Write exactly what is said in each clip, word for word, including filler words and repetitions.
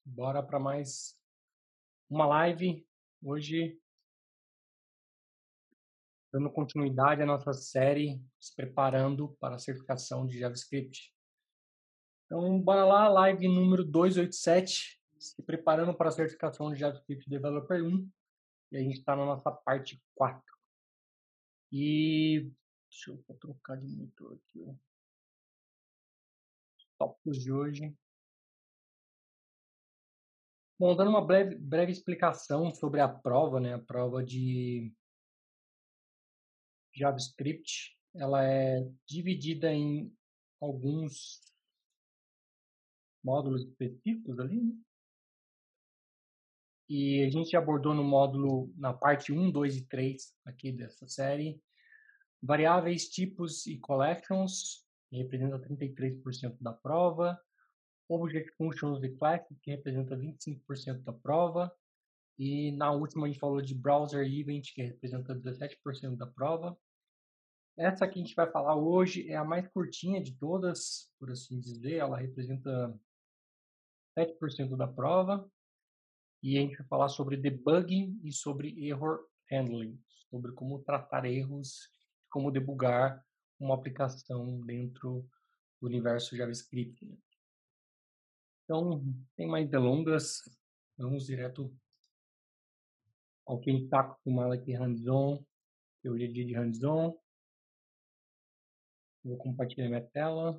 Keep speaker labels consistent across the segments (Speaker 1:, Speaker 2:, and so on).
Speaker 1: Bora para mais uma live. Hoje, dando continuidade à nossa série, se preparando para a certificação de JavaScript. Então, bora lá, live número duzentos e oitenta e sete, se preparando para a certificação de JavaScript Developer um. E a gente está na nossa parte quatro. E deixa eu trocar de monitor aqui os tópicos de hoje. Bom, dando uma breve, breve explicação sobre a prova, né? A prova de JavaScript, ela é dividida em alguns módulos específicos ali, né? E a gente abordou no módulo, na parte um, dois e três aqui dessa série, variáveis, tipos e collections, que representa trinta e três por cento da prova, Object Functions e Classes, que representa vinte e cinco por cento da prova, e na última a gente falou de Browser Event, que representa dezessete por cento da prova. Essa que a gente vai falar hoje é a mais curtinha de todas, por assim dizer, ela representa sete por cento da prova, e a gente vai falar sobre debugging e sobre error handling, sobre como tratar erros, como debugar uma aplicação dentro do universo JavaScript, né? Então, sem mais delongas, vamos direto ao que a gente está acostumado aqui, hands-on, teoria de hands-on. Vou compartilhar minha tela.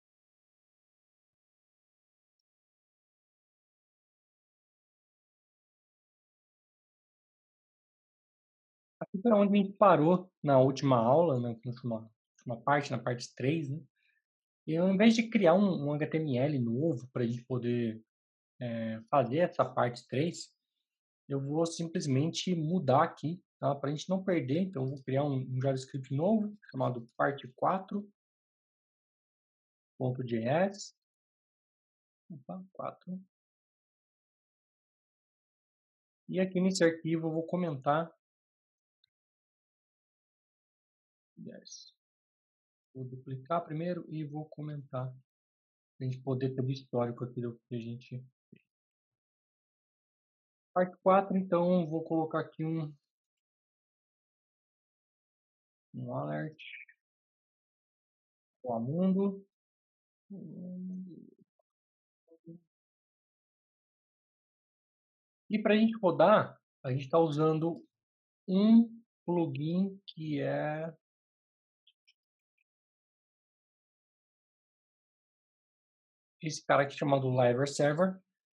Speaker 1: Aqui foi onde a gente parou na última aula, na última, última parte, na parte três, né? E ao invés de criar um, um H T M L novo para a gente poder é, fazer essa parte três, eu vou simplesmente mudar aqui, tá? Para a gente não perder. Então, eu vou criar um, um JavaScript novo, chamado parte quatro ponto js. Opa, quatro. E aqui nesse arquivo eu vou comentar. Yes. Vou duplicar primeiro e vou comentar, para a gente poder ter o histórico aqui do que a gente... Parte quatro, então, vou colocar aqui um, um alert. Olá, mundo. E para a gente rodar, a gente está usando um plugin que é esse cara aqui chamado Library Server.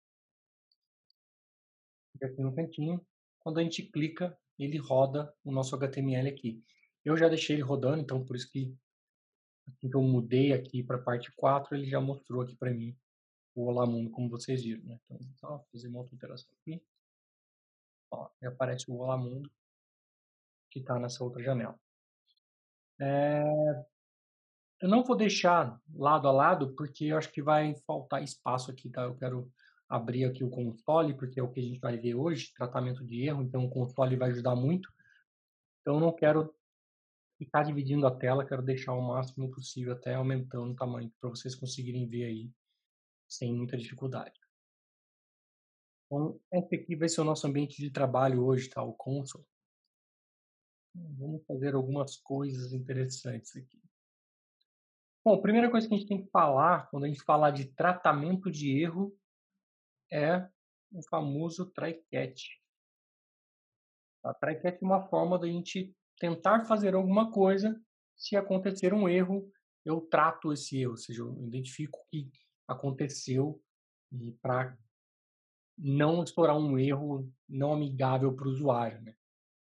Speaker 1: Fica aqui no cantinho. Quando a gente clica, ele roda o nosso H T M L aqui. Eu já deixei ele rodando, então por isso que assim que eu mudei aqui para a parte quatro, ele já mostrou aqui para mim o Olá Mundo, como vocês viram, né? Então, só fazer uma outra interação aqui. Ó, e aparece o Olá Mundo, que está nessa outra janela. É, eu não vou deixar lado a lado, porque eu acho que vai faltar espaço aqui, tá? Eu quero abrir aqui o console, porque é o que a gente vai ver hoje, tratamento de erro, então o console vai ajudar muito. Então eu não quero ficar dividindo a tela, quero deixar o máximo possível, até aumentando o tamanho, para vocês conseguirem ver aí sem muita dificuldade. Então, esse aqui vai ser o nosso ambiente de trabalho hoje, tá? O console. Vamos fazer algumas coisas interessantes aqui. Bom, a primeira coisa que a gente tem que falar, quando a gente falar de tratamento de erro, é o famoso try-catch. A try-catch é uma forma da gente tentar fazer alguma coisa, se acontecer um erro, eu trato esse erro, ou seja, eu identifico o que aconteceu e para não estourar um erro não amigável para o usuário, né?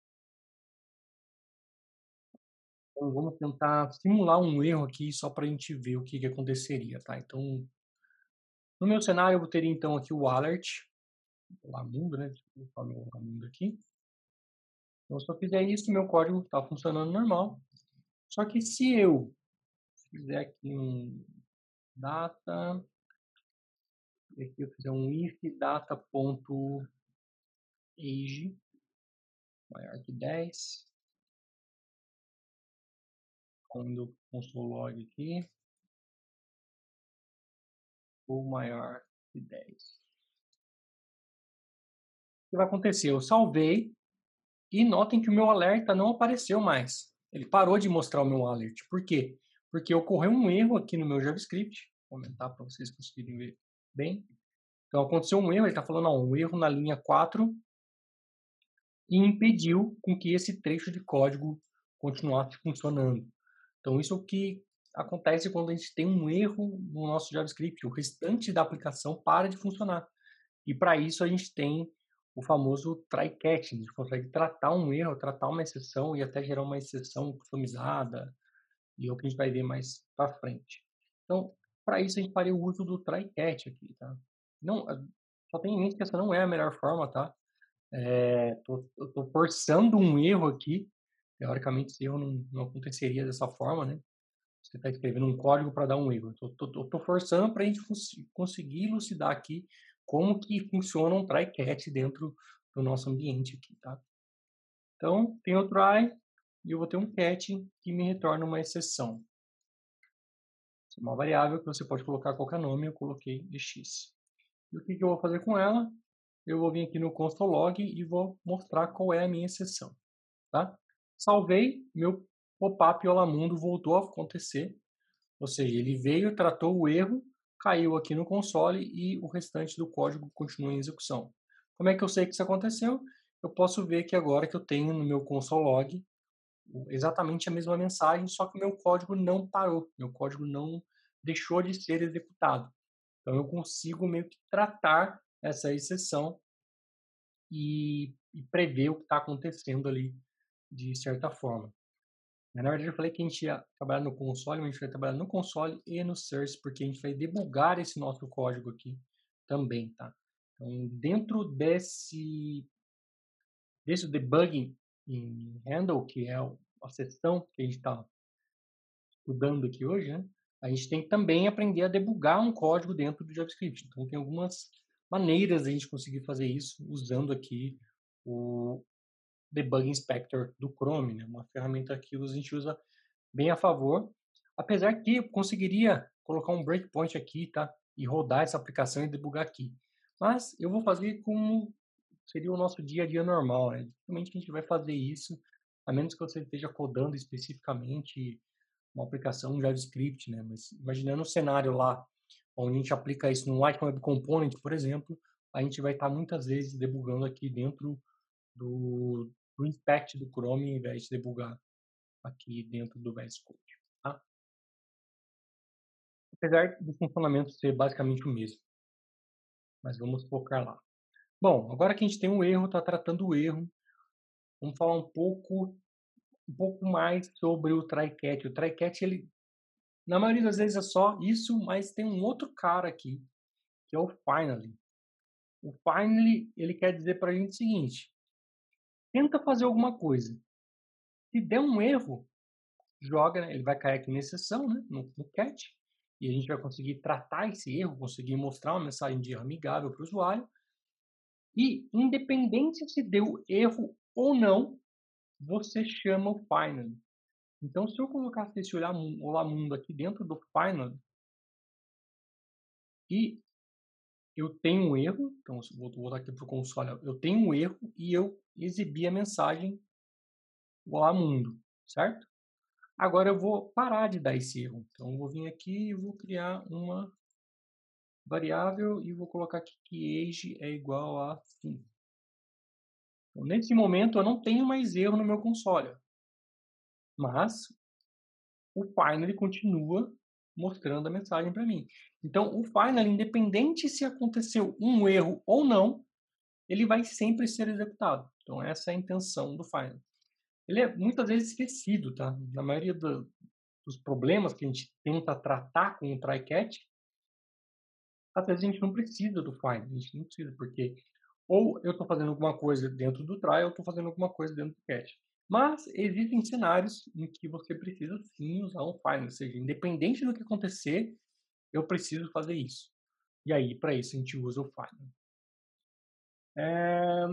Speaker 1: Então, vamos tentar simular um erro aqui só para a gente ver o que, que aconteceria, tá? Então, no meu cenário, eu teria então aqui o alert, o Amundo, né? Deixa eu colocar meu Amundo aqui. Então, se eu fizer isso, meu código está funcionando normal. Só que se eu fizer aqui um data, e aqui eu fizer um if data.age maior que dez, quando o console log aqui, ou maior que dez. que vai acontecer? Eu salvei e notem que o meu alerta não apareceu mais. Ele parou de mostrar o meu alert. Por quê? Porque ocorreu um erro aqui no meu JavaScript. Vou comentar para vocês conseguirem ver bem. Então aconteceu um erro, ele está falando, ó, um erro na linha quatro e impediu com que esse trecho de código continuasse funcionando. Então isso é o que acontece quando a gente tem um erro no nosso JavaScript. O restante da aplicação para de funcionar. E para isso a gente tem o famoso try catch. A gente consegue tratar um erro, tratar uma exceção e até gerar uma exceção customizada. E é o que a gente vai ver mais para frente. Então, para isso a gente faria o uso do try catch aqui, tá? Não, só tenha em mente que essa não é a melhor forma, tá? É, tô, eu tô forçando um erro aqui. Teoricamente, esse erro não, não aconteceria dessa forma, né? Você está escrevendo um código para dar um erro. Eu estou forçando para a gente conseguir elucidar aqui como que funciona um try catch dentro do nosso ambiente aqui, tá? Então, tem o try e eu vou ter um catch que me retorna uma exceção. Essa é uma variável que você pode colocar qualquer nome, eu coloquei de x. E o que, que eu vou fazer com ela? Eu vou vir aqui no console log e vou mostrar qual é a minha exceção, tá? Salvei, meu pop-up Olá Mundo voltou a acontecer. Ou seja, ele veio, tratou o erro, caiu aqui no console e o restante do código continua em execução. Como é que eu sei que isso aconteceu? Eu posso ver que agora que eu tenho no meu console log exatamente a mesma mensagem, só que o meu código não parou, meu código não deixou de ser executado. Então eu consigo meio que tratar essa exceção e, e prever o que está acontecendo ali de certa forma. Na verdade, eu falei que a gente ia trabalhar no console, mas a gente vai trabalhar no console e no source, porque a gente vai debugar esse nosso código aqui também, tá? Então, dentro desse, desse debugging em handle, que é a seção que a gente está estudando aqui hoje, né? A gente tem que também aprender a debugar um código dentro do JavaScript. Então, tem algumas maneiras de a gente conseguir fazer isso usando aqui o Debug Inspector do Chrome, né? Uma ferramenta que a gente usa bem a favor, apesar que eu conseguiria colocar um breakpoint aqui, tá? E rodar essa aplicação e debugar aqui. Mas eu vou fazer como seria o nosso dia a dia normal, né? Dificilmente a gente vai fazer isso, a menos que você esteja codando especificamente uma aplicação JavaScript, né? Mas imaginando um cenário lá, onde a gente aplica isso no White Web Component, por exemplo, a gente vai estar muitas vezes debugando aqui dentro do, do inspect do Chrome, ao invés de debugar aqui dentro do V S Code. Tá? Apesar do funcionamento ser basicamente o mesmo. Mas vamos focar lá. Bom, agora que a gente tem um erro, está tratando o erro, vamos falar um pouco, um pouco mais sobre o try catch. O try catch, ele, na maioria das vezes é só isso, mas tem um outro cara aqui, que é o finally. O finally, ele quer dizer para a gente o seguinte, tenta fazer alguma coisa. Se der um erro, joga, né? Ele vai cair aqui na exceção, né? no, no catch, e a gente vai conseguir tratar esse erro, conseguir mostrar uma mensagem de erro amigável para o usuário. E, independente se deu erro ou não, você chama o final. Então, se eu colocasse esse olá mundo aqui dentro do final, e eu tenho um erro, então vou voltar aqui para o console, eu tenho um erro e eu exibi a mensagem olá mundo, certo? Agora eu vou parar de dar esse erro. Então, eu vou vir aqui e vou criar uma variável e vou colocar aqui que age é igual a cinco. Então, nesse momento, eu não tenho mais erro no meu console. Mas o final continua mostrando a mensagem para mim. Então, o final, independente se aconteceu um erro ou não, ele vai sempre ser executado. Então, essa é a intenção do final. Ele é muitas vezes esquecido, tá? Na maioria do, dos problemas que a gente tenta tratar com o try catch, às vezes a gente não precisa do final, a gente não precisa, porque ou eu estou fazendo alguma coisa dentro do try, ou eu estou fazendo alguma coisa dentro do catch. Mas existem cenários em que você precisa sim usar um final, ou seja, independente do que acontecer, eu preciso fazer isso. E aí, para isso, a gente usa o final. É...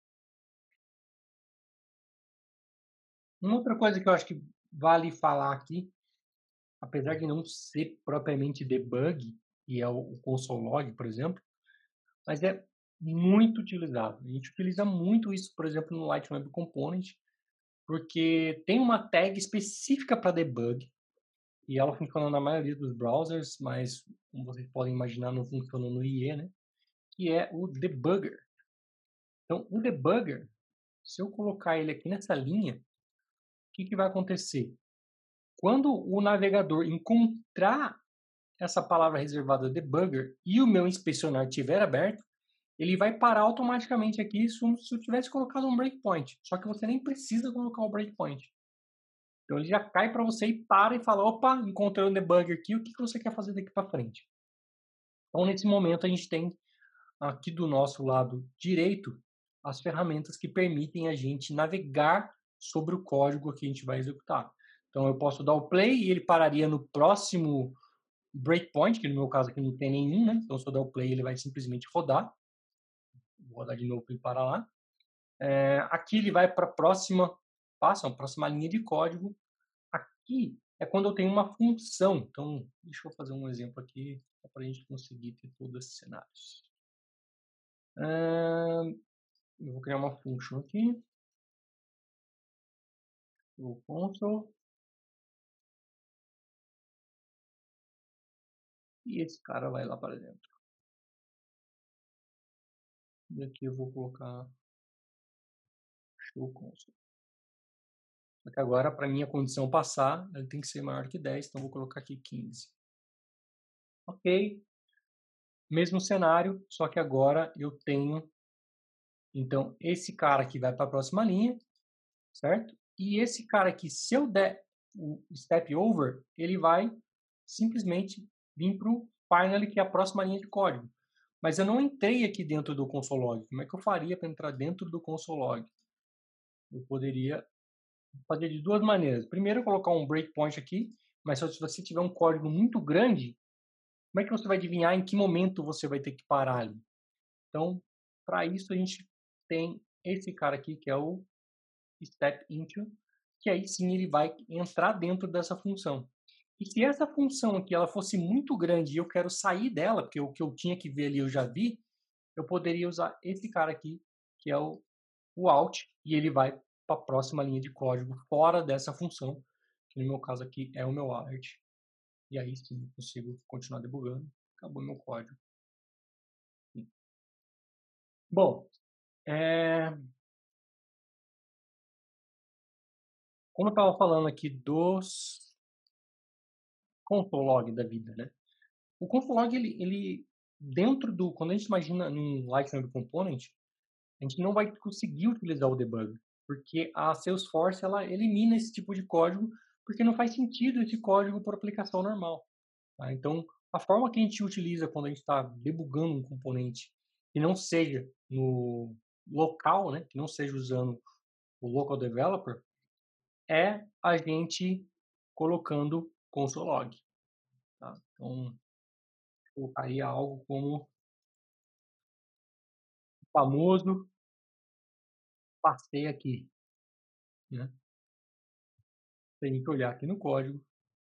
Speaker 1: Uma outra coisa que eu acho que vale falar aqui, apesar de não ser propriamente debug, e é o console log, por exemplo, mas é Muito utilizado. A gente utiliza muito isso, por exemplo, no Light Web Component, porque tem uma tag específica para debug, e ela funciona na maioria dos browsers, mas como vocês podem imaginar, não funciona no I E, né? Que é o debugger. Então, o debugger, se eu colocar ele aqui nessa linha, o que, que vai acontecer? Quando o navegador encontrar essa palavra reservada debugger e o meu inspecionar estiver aberto, ele vai parar automaticamente aqui como se eu tivesse colocado um breakpoint. Só que você nem precisa colocar o breakpoint. Então ele já cai para você e para e fala, opa, encontrei um debugger aqui, o que você quer fazer daqui para frente? Então nesse momento a gente tem aqui do nosso lado direito as ferramentas que permitem a gente navegar sobre o código que a gente vai executar. Então eu posso dar o play e ele pararia no próximo breakpoint, que no meu caso aqui não tem nenhum, né? Então se eu der o play ele vai simplesmente rodar. Vou rodar de novo para ele parar lá. É, aqui ele vai para a próxima passo, a próxima linha de código. Aqui é quando eu tenho uma função. Então, deixa eu fazer um exemplo aqui para a gente conseguir ter todos esses cenários. É, eu vou criar uma function aqui. O console. E esse cara vai lá para dentro. E aqui eu vou colocar show console. Só que agora, para minha condição passar, ele tem que ser maior que dez, então vou colocar aqui quinze. Ok. Mesmo cenário, só que agora eu tenho, então, esse cara aqui vai para a próxima linha, certo? E esse cara aqui, se eu der o step over, ele vai simplesmente vir para o finally, que é a próxima linha de código. Mas eu não entrei aqui dentro do console log. Como é que eu faria para entrar dentro do console log? Eu poderia fazer de duas maneiras. Primeiro, colocar um breakpoint aqui, mas se você tiver um código muito grande, como é que você vai adivinhar em que momento você vai ter que parar ali? Então, para isso a gente tem esse cara aqui, que é o step into, que aí sim ele vai entrar dentro dessa função. E se essa função aqui ela fosse muito grande e eu quero sair dela, porque o que eu tinha que ver ali eu já vi, eu poderia usar esse cara aqui, que é o, o out, e ele vai para a próxima linha de código fora dessa função, que no meu caso aqui é o meu alert. E aí sim eu consigo continuar debugando. Acabou meu código. Bom, é, como eu estava falando aqui dos console log da vida, né? O console log, ele, ele dentro do, quando a gente imagina num Lightning Component, a gente não vai conseguir utilizar o debug, porque a Salesforce ela elimina esse tipo de código, porque não faz sentido esse código por aplicação normal. Tá? Então, a forma que a gente utiliza quando a gente está debugando um componente que não seja no local, né, que não seja usando o local developer, é a gente colocando console log. Tá? Então, colocaria algo como o famoso passei aqui. Né? Se a gente olhar aqui no código,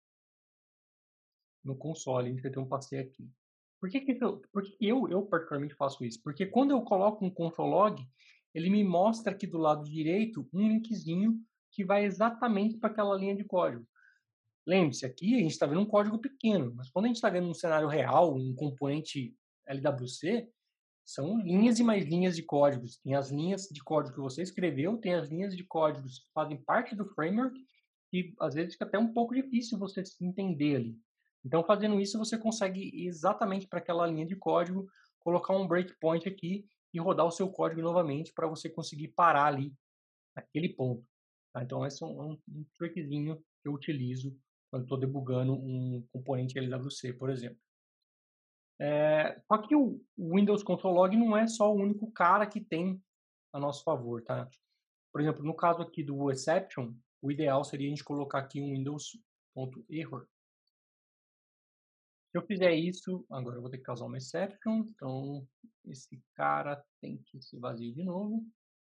Speaker 1: no console, a gente vai ter um passei aqui. Por que, que, eu, por que eu, eu particularmente faço isso? Porque quando eu coloco um console log, ele me mostra aqui do lado direito um linkzinho que vai exatamente para aquela linha de código. Lembre-se, aqui a gente está vendo um código pequeno, mas quando a gente está vendo um cenário real, um componente L W C, são linhas e mais linhas de códigos. Tem as linhas de código que você escreveu, tem as linhas de códigos que fazem parte do framework, e às vezes fica até um pouco difícil você se entender ali. Então, fazendo isso, você consegue ir exatamente para aquela linha de código, colocar um breakpoint aqui e rodar o seu código novamente para você conseguir parar ali naquele ponto. Tá? Então, esse é um, um trickzinho que eu utilizo quando estou debugando um componente L W C, por exemplo. É, só que o Windows Control Log não é só o único cara que tem a nosso favor, tá? Por exemplo, no caso aqui do exception, o ideal seria a gente colocar aqui um Windows.error. Se eu fizer isso, agora eu vou ter que causar uma exception, então esse cara tem que ser vazio de novo.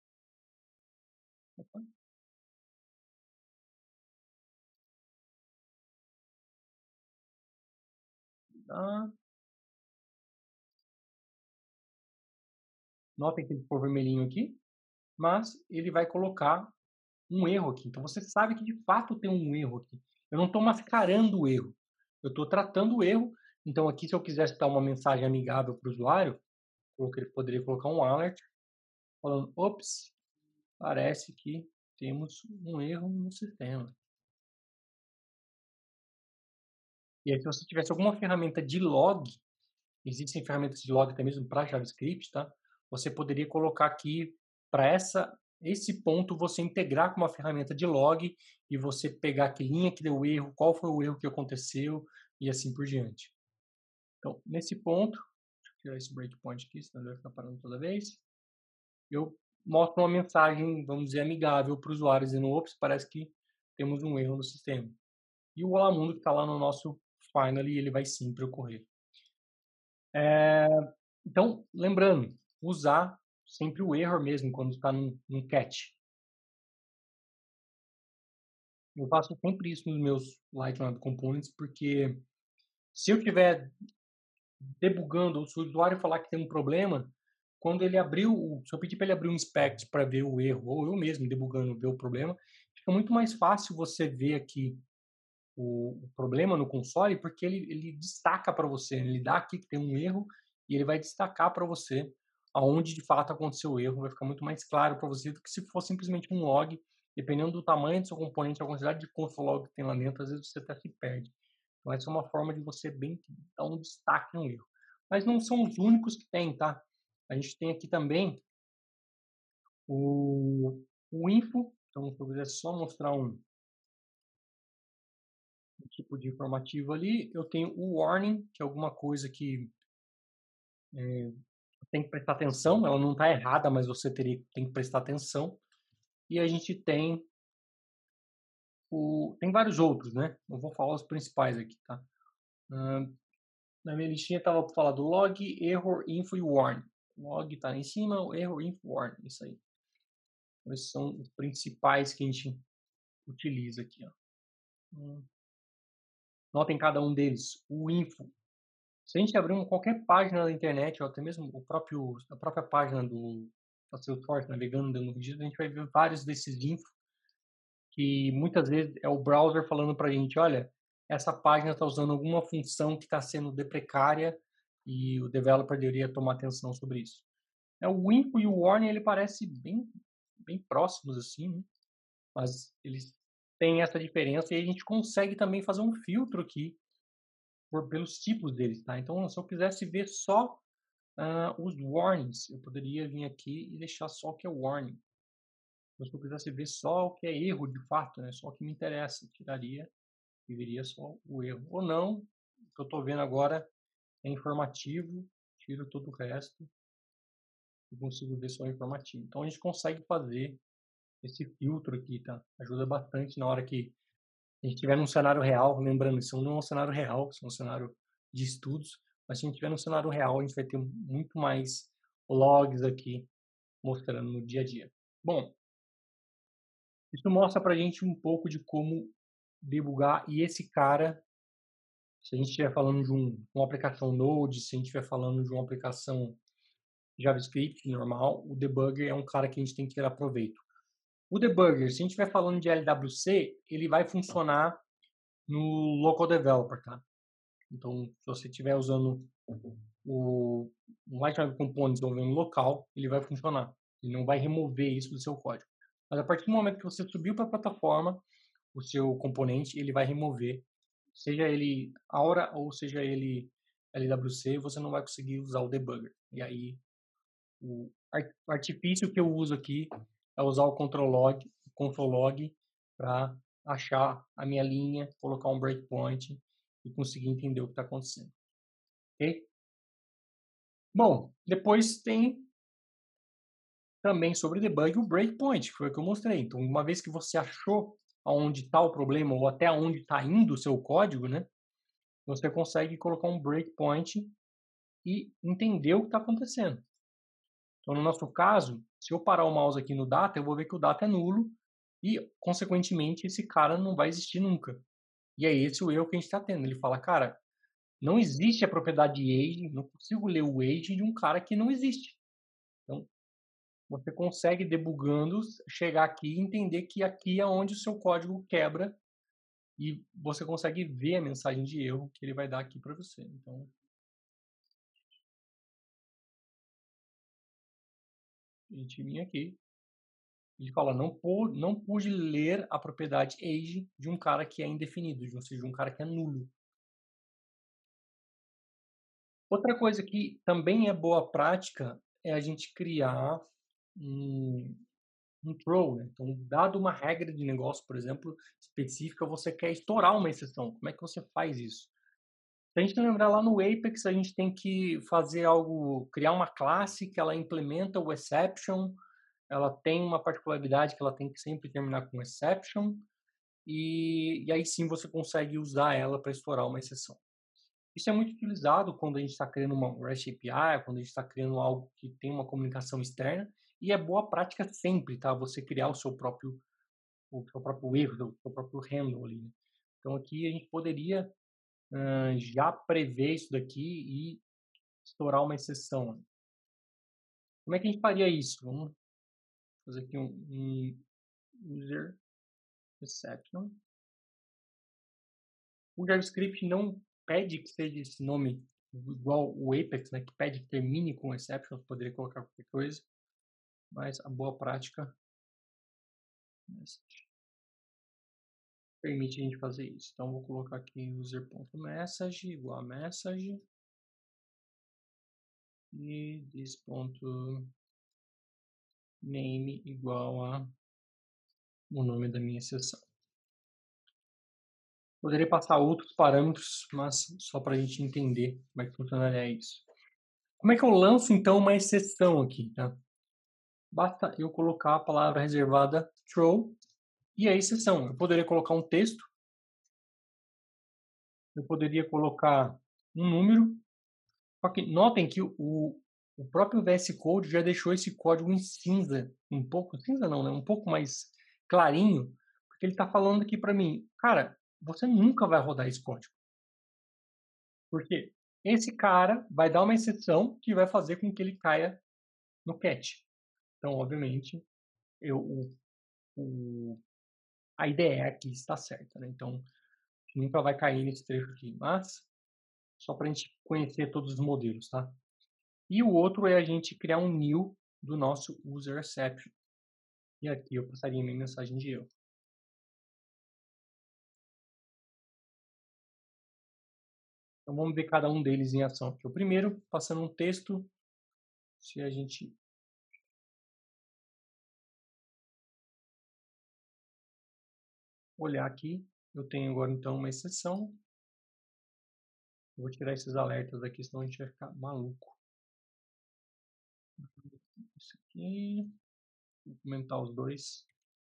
Speaker 1: Opa. Tá. Notem que ele ficou vermelhinho aqui, mas ele vai colocar um erro aqui. Então você sabe que de fato tem um erro aqui. Eu não estou mascarando o erro, eu estou tratando o erro. Então aqui, se eu quisesse dar uma mensagem amigável para o usuário, eu poderia colocar um alert falando: ops, parece que temos um erro no sistema. E aí, se você tivesse alguma ferramenta de log, existem ferramentas de log até mesmo para JavaScript, tá? Você poderia colocar aqui para essa esse ponto você integrar com uma ferramenta de log e você pegar que linha que deu erro, qual foi o erro que aconteceu e assim por diante. Então, nesse ponto, deixa eu tirar esse breakpoint aqui, senão ele vai ficar parando toda vez. Eu mostro uma mensagem, vamos dizer, amigável para o usuário, dizendo: ops, parece que temos um erro no sistema. E o Olá Mundo que está lá no nosso finally, ele vai sempre ocorrer. É, então, lembrando, usar sempre o error mesmo quando está num, num catch. Eu faço sempre isso nos meus Light Web Components, porque se eu estiver debugando, ou se o usuário falar que tem um problema, quando ele abriu, se eu pedir para ele abrir um inspect para ver o erro, ou eu mesmo debugando ver o problema, fica muito mais fácil você ver aqui o, o problema no console, porque ele, ele destaca para você, ele dá aqui que tem um erro e ele vai destacar para você aonde de fato aconteceu o erro, vai ficar muito mais claro para você do que se for simplesmente um log, dependendo do tamanho do seu componente, a quantidade de console log que tem lá dentro, às vezes você até se perde. Então essa é uma forma de você bem dar um destaque no erro. Mas não são os únicos que tem, tá? A gente tem aqui também o, o info, então se eu quiser só mostrar um, tipo de informativo ali, eu tenho o warning, que é alguma coisa que é, tem que prestar atenção, ela não está errada, mas você teria, tem que prestar atenção. E a gente tem o, tem vários outros, né? Eu vou falar os principais aqui, tá? Uh, na minha listinha estava para falar do log, error, info e warning. O log está em cima, o error, info, warning, isso aí. Esses são os principais que a gente utiliza aqui, ó. Hum. Notem cada um deles. O info, se a gente abrir uma, qualquer página da internet, ou até mesmo o próprio, a própria página do da Salesforce, navegando no registro, a gente vai ver vários desses infos, que muitas vezes é o browser falando para a gente: olha, essa página está usando alguma função que está sendo deprecária e o developer deveria tomar atenção sobre isso. É, o info e o warning, ele parece bem, bem próximos assim, né? Mas eles têm essa diferença e a gente consegue também fazer um filtro aqui por, pelos tipos deles, tá? Então, se eu quisesse ver só uh, os warnings, eu poderia vir aqui e deixar só o que é warning. Então, se eu quisesse ver só o que é erro de fato, né? Só o que me interessa, tiraria e veria só o erro. Ou não, o que eu estou vendo agora é informativo, tiro todo o resto e consigo ver só o informativo. Então, a gente consegue fazer esse filtro aqui, tá? Ajuda bastante na hora que a gente estiver num cenário real, lembrando, isso não é um cenário real, isso é um cenário de estudos, mas se a gente estiver num cenário real, a gente vai ter muito mais logs aqui mostrando no dia a dia. Bom, isso mostra pra gente um pouco de como debugar, e esse cara, se a gente estiver falando de um, uma aplicação Node, se a gente estiver falando de uma aplicação JavaScript normal, o debugger é um cara que a gente tem que tirar proveito. O debugger, se a gente estiver falando de L W C, ele vai funcionar no local developer, tá? Então, se você estiver usando o Light Web Components desenvolvendo local, ele vai funcionar. Ele não vai remover isso do seu código. Mas a partir do momento que você subiu para a plataforma, o seu componente, ele vai remover, seja ele Aura ou seja ele L W C, você não vai conseguir usar o debugger. E aí, o artifício que eu uso aqui é usar o control log, control log para achar a minha linha, colocar um breakpoint e conseguir entender o que está acontecendo. Ok? Bom, depois tem também sobre debug o breakpoint, que foi o que eu mostrei. Então, uma vez que você achou aonde está o problema ou até onde está indo o seu código, né, você consegue colocar um breakpoint e entender o que está acontecendo. Então, no nosso caso, se eu parar o mouse aqui no data, eu vou ver que o data é nulo e, consequentemente, esse cara não vai existir nunca. E é esse o erro que a gente está tendo. Ele fala: cara, não existe a propriedade age, não consigo ler o age de um cara que não existe. Então, você consegue, debugando, chegar aqui e entender que aqui é onde o seu código quebra e você consegue ver a mensagem de erro que ele vai dar aqui para você. Então, a gente vem aqui, ele fala, não, pude, não pude ler a propriedade age de um cara que é indefinido, ou seja, de um cara que é nulo. Outra coisa que também é boa prática é a gente criar um, um throw, né? Então, dado uma regra de negócio, por exemplo, específica, você quer estourar uma exceção. Como é que você faz isso? Se a gente lembrar lá no Apex, a gente tem que fazer algo, criar uma classe que ela implementa o exception, ela tem uma particularidade que ela tem que sempre terminar com exception, e, e aí sim você consegue usar ela para estourar uma exceção. Isso é muito utilizado quando a gente está criando uma REST A P I, quando a gente está criando algo que tem uma comunicação externa, e é boa prática sempre, tá? Você criar o seu próprio, o seu próprio erro, o seu próprio handle ali. Né? Então aqui a gente poderia uh, já prever isso daqui e estourar uma exceção. Né? Como é que a gente faria isso? Vamos fazer aqui um, um user exception. O JavaScript não pede que seja esse nome igual o Apex, né, que pede que termine com exception, poderia colocar qualquer coisa, mas a boa prática permite a gente fazer isso. Então, vou colocar aqui user.message igual a message e this.name igual a o nome da minha seção. Poderia passar outros parâmetros, mas só para a gente entender como é que funcionaria isso. Como é que eu lanço, então, uma exceção aqui, tá? Basta eu colocar a palavra reservada throw e a exceção. Eu poderia colocar um texto, eu poderia colocar um número, só que notem que o, o próprio V S Code já deixou esse código em cinza, um pouco, cinza não, né? Um pouco mais clarinho, porque ele está falando aqui para mim, cara, você nunca vai rodar esse código. Porque esse cara vai dar uma exceção que vai fazer com que ele caia no catch. Então, obviamente, eu, o, o, a ideia aqui está certa, né? Então, nunca vai cair nesse trecho aqui, mas só para a gente conhecer todos os modelos, tá? E o outro é a gente criar um new do nosso user exception. E aqui eu passaria minha mensagem de erro. Então vamos ver cada um deles em ação. Aqui. O primeiro, passando um texto, se a gente olhar aqui, eu tenho agora então uma exceção. Eu vou tirar esses alertas aqui, senão a gente vai ficar maluco. Isso aqui, vou comentar os dois.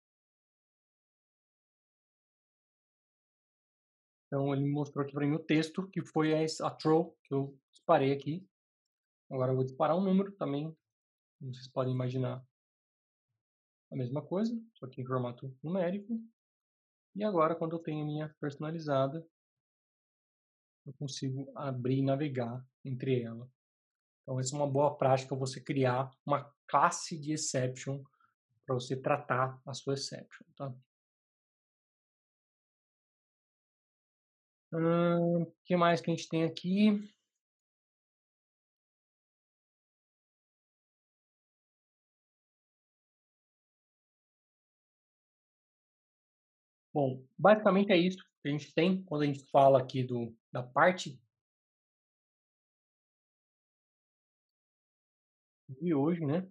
Speaker 1: Então ele mostrou aqui para mim o texto, que foi a throw que eu disparei aqui. Agora eu vou disparar um número também, como vocês podem imaginar, a mesma coisa, só que em formato numérico. E agora, quando eu tenho a minha personalizada, eu consigo abrir e navegar entre ela. Então, essa é uma boa prática, você criar uma classe de exception para você tratar a sua exception. Tá? O hum, que mais que a gente tem aqui? Bom, basicamente é isso que a gente tem quando a gente fala aqui do, da parte de hoje, né?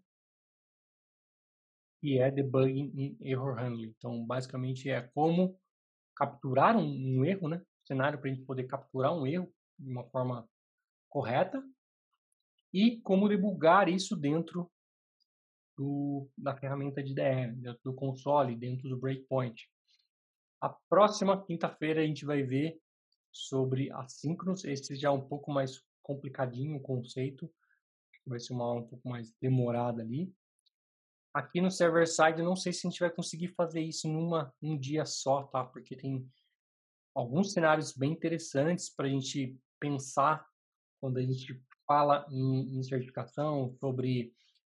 Speaker 1: Que é debugging e error handling. Então, basicamente é como capturar um, um erro, né? Cenário para a gente poder capturar um erro de uma forma correta e como debugar isso dentro do, da ferramenta de D R, dentro do console, dentro do breakpoint. A próxima quinta-feira a gente vai ver sobre assíncronos, esse já é um pouco mais complicadinho o conceito, vai ser uma aula um pouco mais demorada ali. Aqui no server-side, eu não sei se a gente vai conseguir fazer isso numa um dia só, tá? Porque tem alguns cenários bem interessantes para a gente pensar quando a gente fala em, em certificação, sobre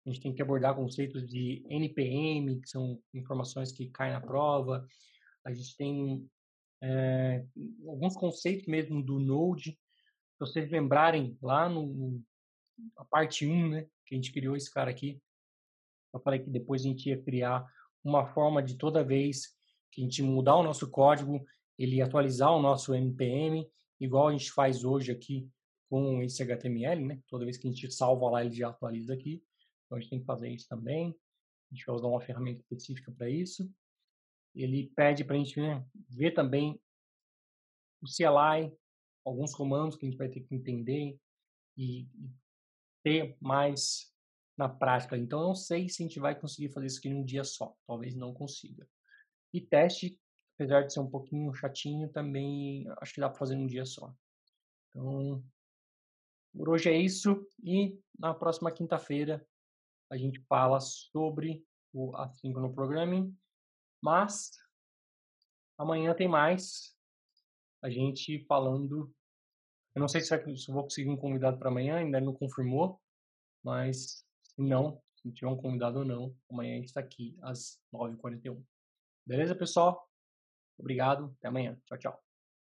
Speaker 1: A gente tem que abordar conceitos de N P M, que são informações que caem na prova. A gente tem é, alguns conceitos mesmo do Node. Se vocês lembrarem, lá no, a parte um, né, que a gente criou esse cara aqui, eu falei que depois a gente ia criar uma forma de toda vez que a gente mudar o nosso código, ele atualizar o nosso N P M, igual a gente faz hoje aqui com esse H T M L, né? Toda vez que a gente salva lá, ele já atualiza aqui. Então a gente tem que fazer isso também. A gente vai usar uma ferramenta específica para isso. Ele pede para a gente, né, ver também o C L I, alguns comandos que a gente vai ter que entender e, e ter mais na prática. Então, eu não sei se a gente vai conseguir fazer isso aqui num dia só. Talvez não consiga. E teste, apesar de ser um pouquinho chatinho, também acho que dá para fazer num dia só. Então, por hoje é isso. E na próxima quinta-feira a gente fala sobre o Asynchronous Programming. Mas amanhã tem mais. A gente falando. Eu não sei se eu vou conseguir um convidado para amanhã, ainda não confirmou. Mas se não, se tiver um convidado ou não, amanhã a gente está aqui às nove e quarenta e um. Beleza, pessoal? Obrigado. Até amanhã. Tchau, tchau.